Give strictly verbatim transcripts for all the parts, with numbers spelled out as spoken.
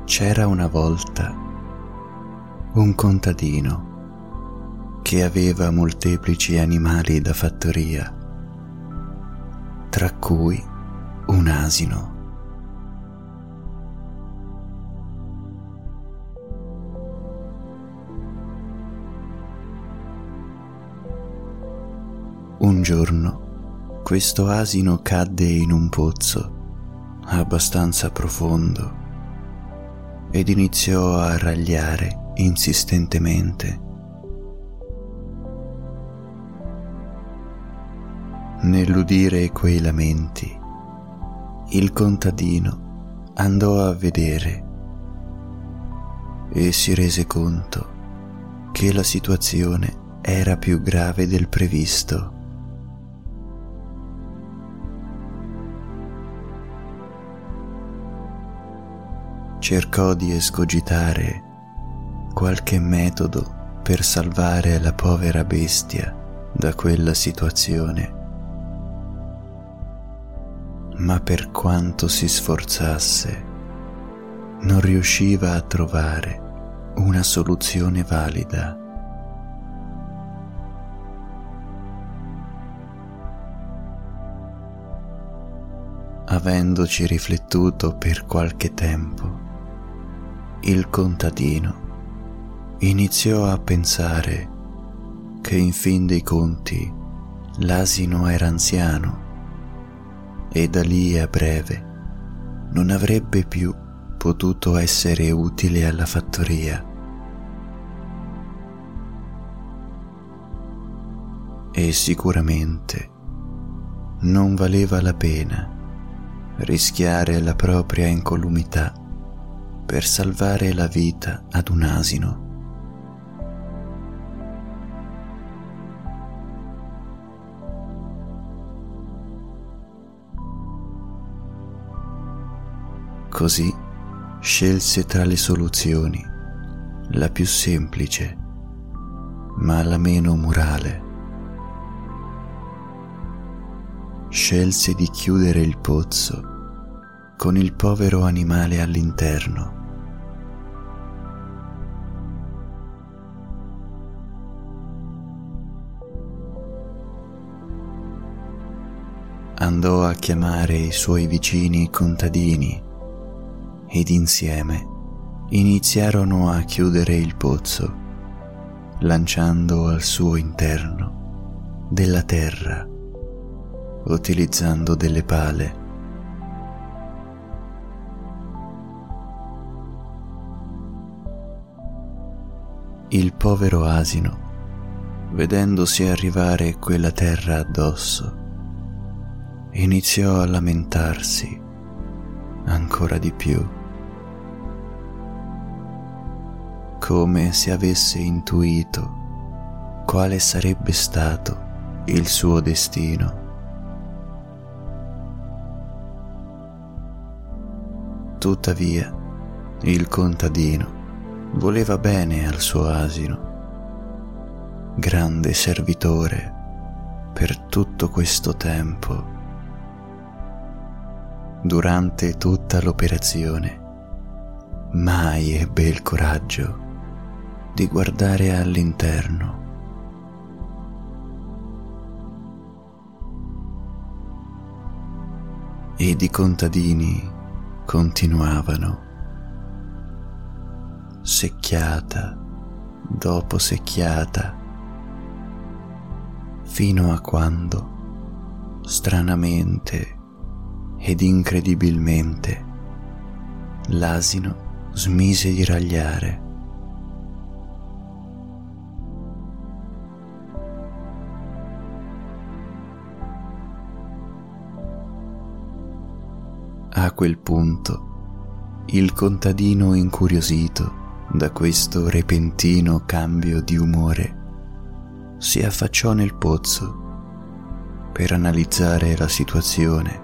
C'era una volta un contadino che aveva molteplici animali da fattoria, tra cui un asino. Un giorno questo asino cadde in un pozzo abbastanza profondo ed iniziò a ragliare insistentemente. Nell'udire quei lamenti, il contadino andò a vedere e si rese conto che la situazione era più grave del previsto. Cercò di escogitare qualche metodo per salvare la povera bestia da quella situazione, ma per quanto si sforzasse non riusciva a trovare una soluzione valida. Avendoci riflettuto per qualche tempo, il contadino iniziò a pensare che in fin dei conti l'asino era anziano e da lì a breve non avrebbe più potuto essere utile alla fattoria. E sicuramente non valeva la pena rischiare la propria incolumità per salvare la vita ad un asino. Così scelse tra le soluzioni la più semplice, ma la meno morale. Scelse di chiudere il pozzo con il povero animale all'interno. Andò a chiamare i suoi vicini contadini ed insieme iniziarono a chiudere il pozzo, lanciando al suo interno della terra, utilizzando delle pale. Il povero asino, vedendosi arrivare quella terra addosso, iniziò a lamentarsi ancora di più, come se avesse intuito quale sarebbe stato il suo destino. Tuttavia, il contadino voleva bene al suo asino, grande servitore per tutto questo tempo. Durante tutta l'operazione, mai ebbe il coraggio di guardare all'interno. Ed i contadini continuavano, secchiata dopo secchiata, fino a quando, stranamente ed incredibilmente, l'asino smise di ragliare. A quel punto, il contadino, incuriosito da questo repentino cambio di umore, si affacciò nel pozzo per analizzare la situazione,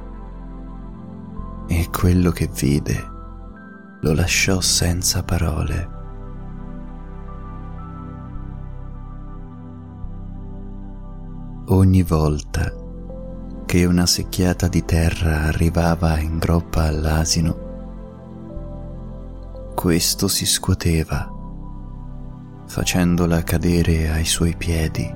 e quello che vide lo lasciò senza parole. Ogni volta che una secchiata di terra arrivava in groppa all'asino, questo si scuoteva, facendola cadere ai suoi piedi,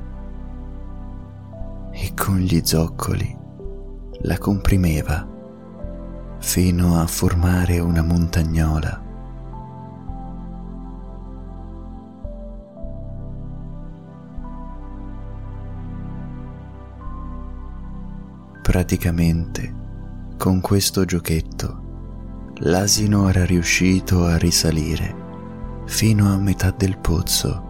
e con gli zoccoli la comprimeva fino a formare una montagnola. Praticamente, con questo giochetto, l'asino era riuscito a risalire fino a metà del pozzo.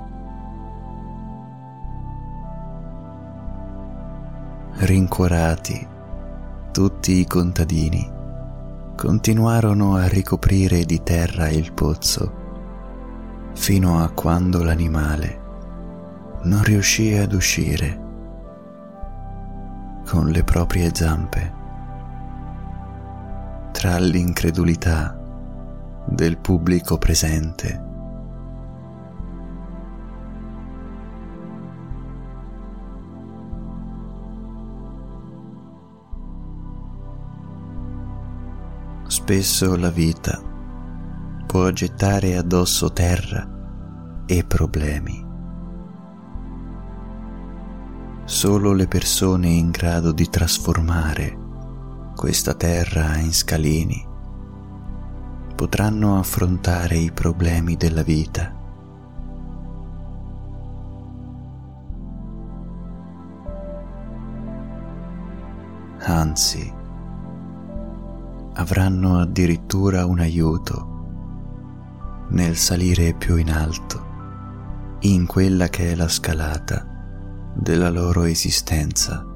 Rincuorati, tutti i contadini continuarono a ricoprire di terra il pozzo fino a quando l'animale non riuscì ad uscire con le proprie zampe. Tra l'incredulità del pubblico presente, spesso la vita può gettare addosso terra e problemi. Solo le persone in grado di trasformare questa terra in scalini potranno affrontare i problemi della vita. Anzi, avranno addirittura un aiuto nel salire più in alto in quella che è la scalata della loro esistenza.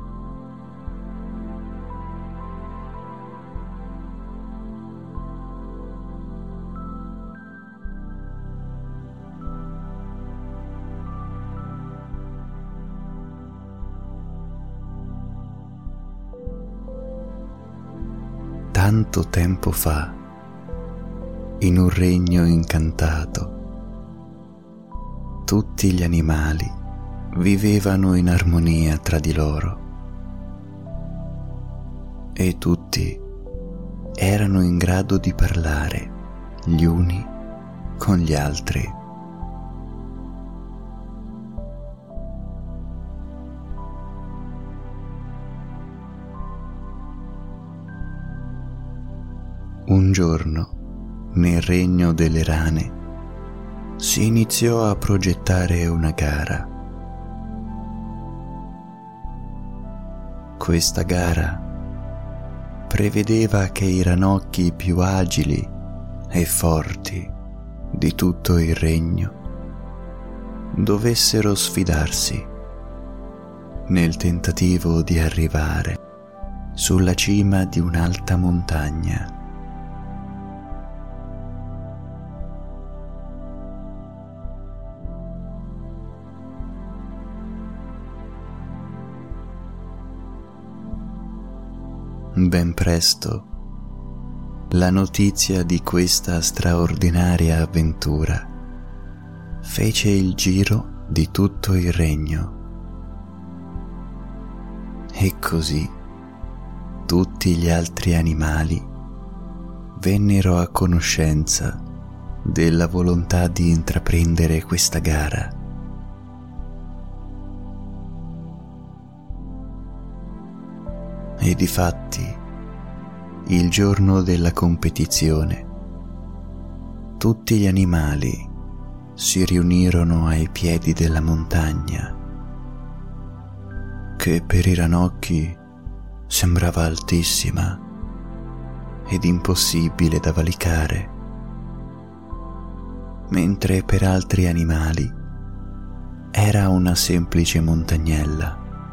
Tanto tempo fa, in un regno incantato, tutti gli animali vivevano in armonia tra di loro e tutti erano in grado di parlare gli uni con gli altri. Un giorno, nel regno delle rane, si iniziò a progettare una gara. Questa gara prevedeva che i ranocchi più agili e forti di tutto il regno dovessero sfidarsi nel tentativo di arrivare sulla cima di un'alta montagna. Ben presto, la notizia di questa straordinaria avventura fece il giro di tutto il regno. E così tutti gli altri animali vennero a conoscenza della volontà di intraprendere questa gara. E difatti, il giorno della competizione, tutti gli animali si riunirono ai piedi della montagna, che per i ranocchi sembrava altissima ed impossibile da valicare, mentre per altri animali era una semplice montagnella.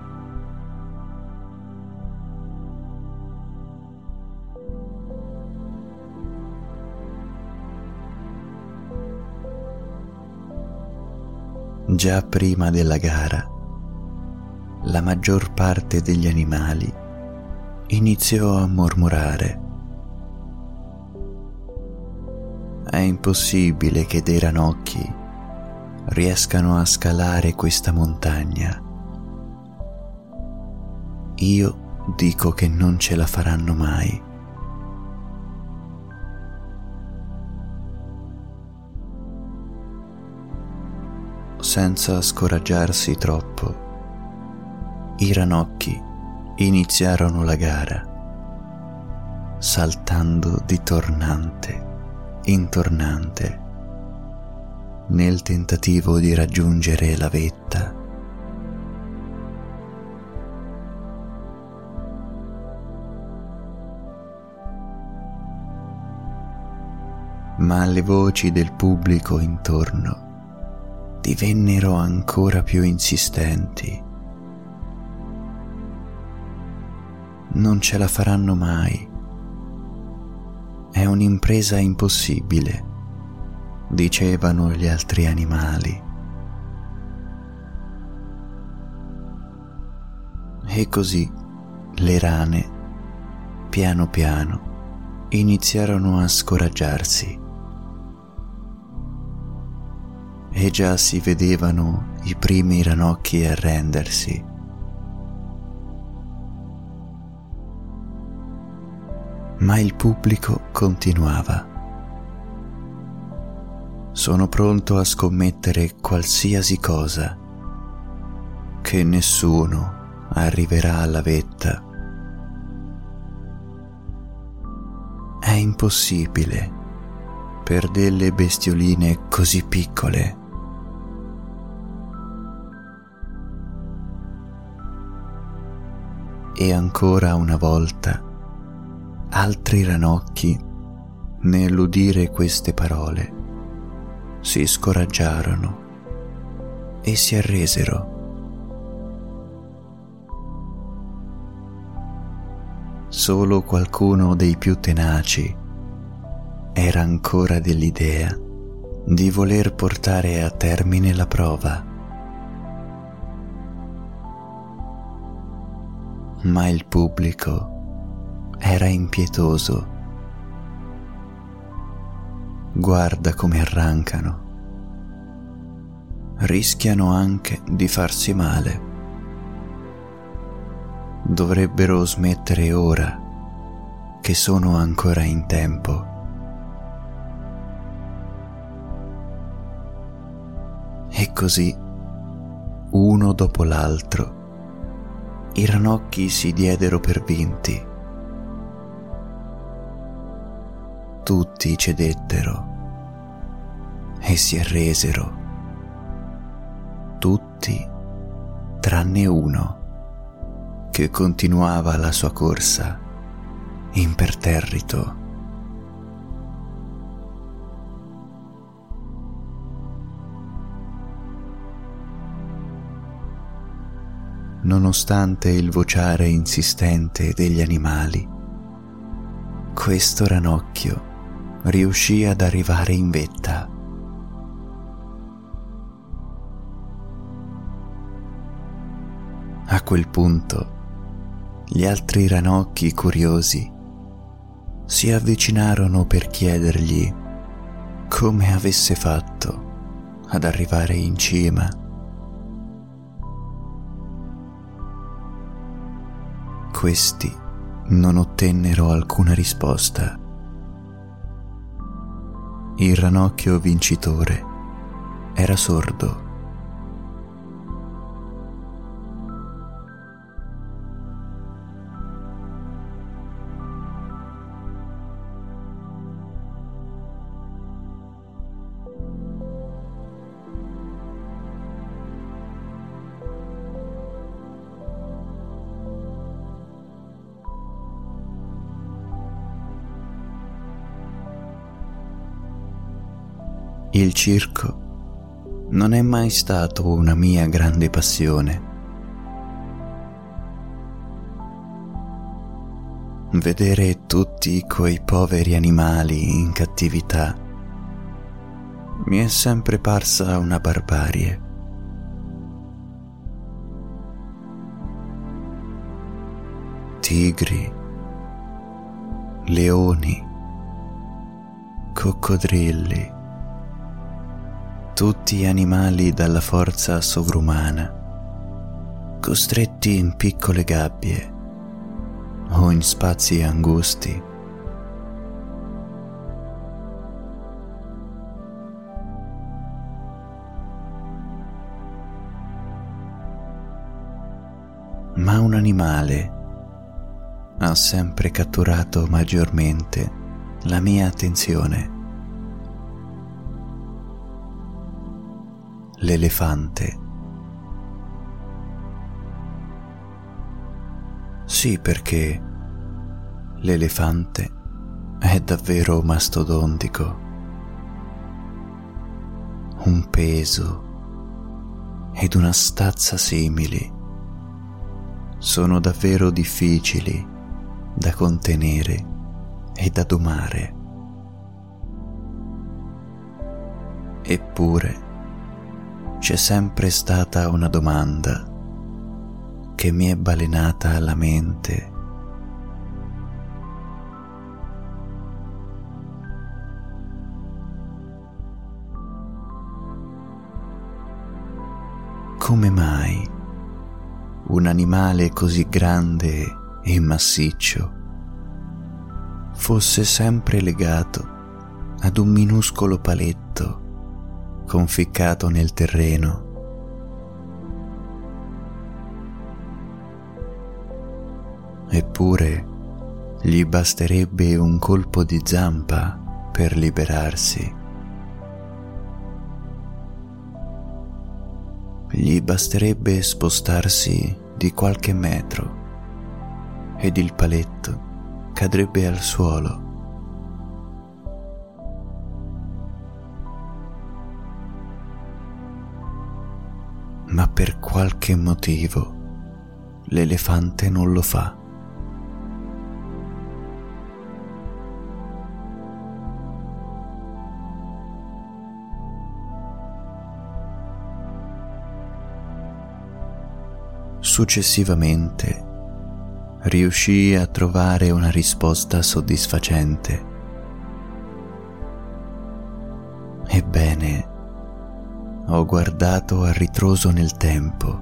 Già prima della gara, la maggior parte degli animali iniziò a mormorare: è impossibile che dei ranocchi riescano a scalare questa montagna. Io dico che non ce la faranno mai. senza scoraggiarsi troppo, i ranocchi iniziarono la gara, saltando di tornante in tornante, nel tentativo di raggiungere la vetta. Ma le voci del pubblico intorno divennero ancora più insistenti. Non ce la faranno mai. È un'impresa impossibile, dicevano gli altri animali. E così le rane, piano piano, iniziarono a scoraggiarsi. E già si vedevano i primi ranocchi arrendersi. Ma il pubblico continuava. Sono pronto a scommettere qualsiasi cosa, che nessuno arriverà alla vetta. È impossibile per delle bestioline così piccole. E ancora una volta altri ranocchi, nell'udire queste parole, si scoraggiarono e si arresero. Solo qualcuno dei più tenaci era ancora dell'idea di voler portare a termine la prova. Ma il pubblico era impietoso. Guarda come arrancano. Rischiano anche di farsi male. Dovrebbero smettere ora, che sono ancora in tempo. E così, uno dopo l'altro, i ranocchi si diedero per vinti. Tutti cedettero e si arresero, tutti tranne uno che continuava la sua corsa imperterrito. Nonostante il vociare insistente degli animali, questo ranocchio riuscì ad arrivare in vetta. A quel punto, gli altri ranocchi curiosi si avvicinarono per chiedergli come avesse fatto ad arrivare in cima. Questi non ottennero alcuna risposta. Il ranocchio vincitore era sordo. Il circo non è mai stato una mia grande passione. Vedere tutti quei poveri animali in cattività mi è sempre parsa una barbarie. Tigri, leoni, coccodrilli, tutti animali dalla forza sovrumana, costretti in piccole gabbie o in spazi angusti. ma un animale ha sempre catturato maggiormente la mia attenzione. L'elefante. Sì, perché l'elefante è davvero mastodontico. Un peso ed una stazza simili sono davvero difficili da contenere e da domare. Eppure c'è sempre stata una domanda che mi è balenata alla mente. Come mai un animale così grande e massiccio fosse sempre legato ad un minuscolo paletto conficcato nel terreno? Eppure gli basterebbe un colpo di zampa per liberarsi. Gli basterebbe spostarsi di qualche metro ed il paletto cadrebbe al suolo. Ma per qualche motivo l'elefante non lo fa. Successivamente riuscii a trovare una risposta soddisfacente. Ebbene, ho guardato a ritroso nel tempo,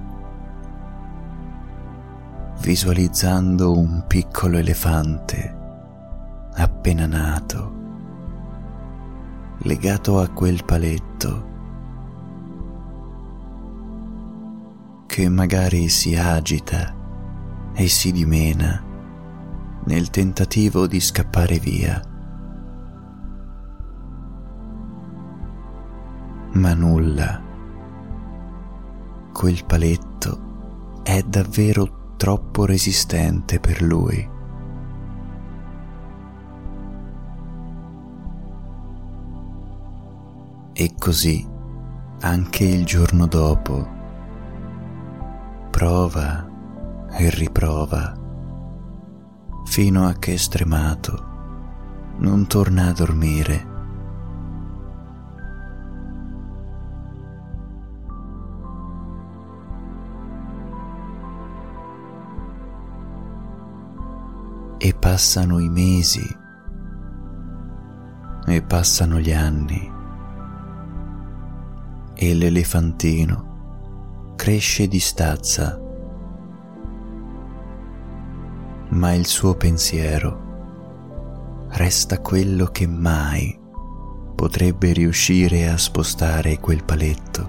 visualizzando un piccolo elefante appena nato, legato a quel paletto, che magari si agita e si dimena nel tentativo di scappare via. Ma nulla. Quel paletto è davvero troppo resistente per lui. E così, anche il giorno dopo, prova e riprova, fino a che stremato non torna a dormire. E passano i mesi, e passano gli anni, e l'elefantino cresce di stazza, ma il suo pensiero resta quello che mai potrebbe riuscire a spostare quel paletto.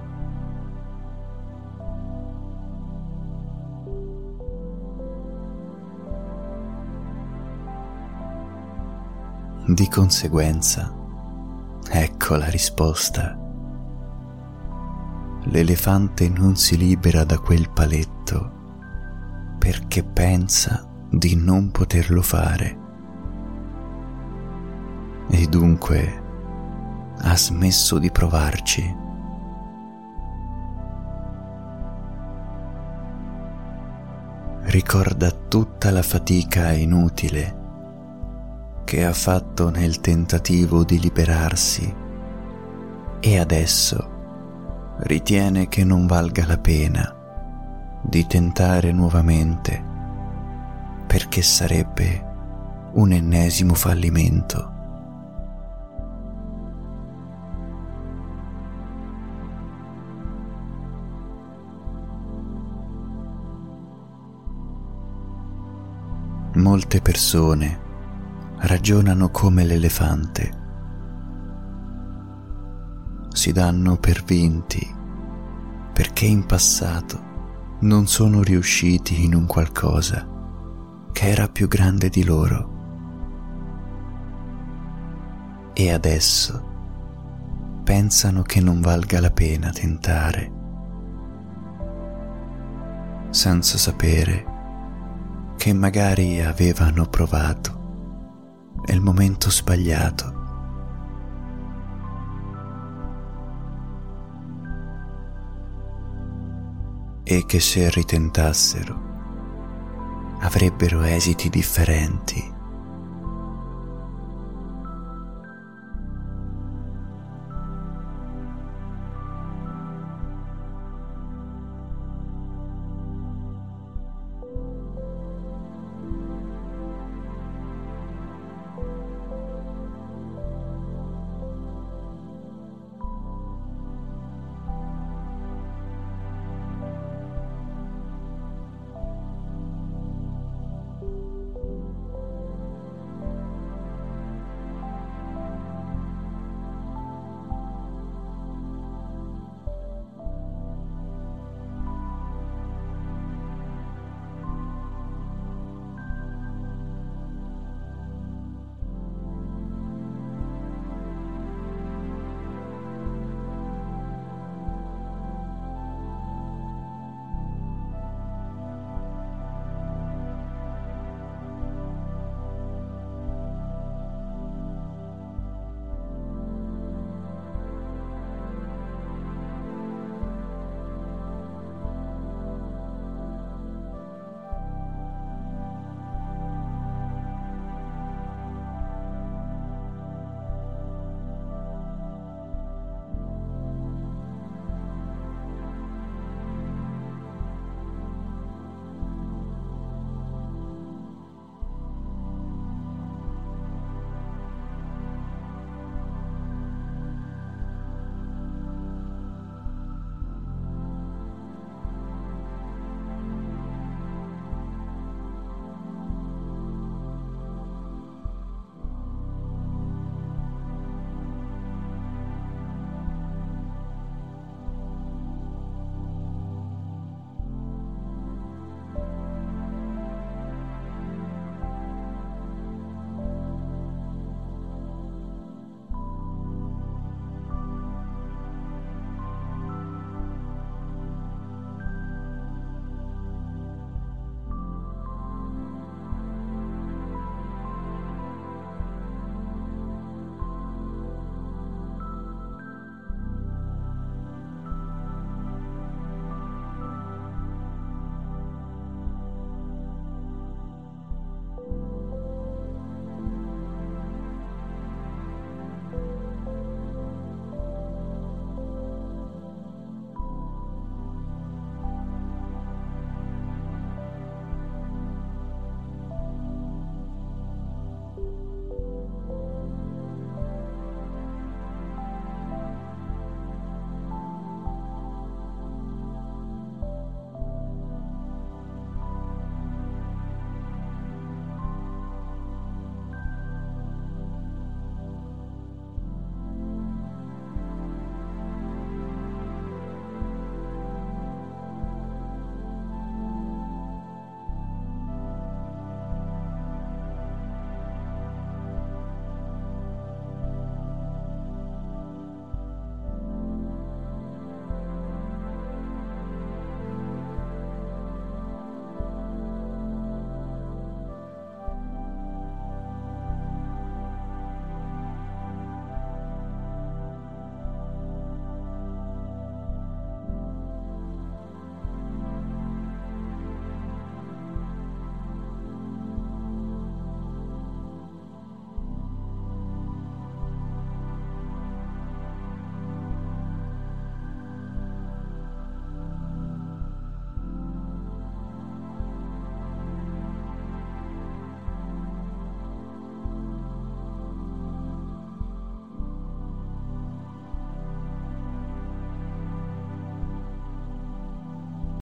Di conseguenza, ecco la risposta. L'elefante non si libera da quel paletto perché pensa di non poterlo fare e dunque ha smesso di provarci. Ricorda tutta la fatica inutile che ha fatto nel tentativo di liberarsi e adesso ritiene che non valga la pena di tentare nuovamente perché sarebbe un ennesimo fallimento. Molte persone ragionano come l'elefante. Si danno per vinti perché in passato non sono riusciti in un qualcosa che era più grande di loro. E adesso pensano che non valga la pena tentare, senza sapere che magari avevano provato nel momento sbagliato. E che se ritentassero avrebbero esiti differenti.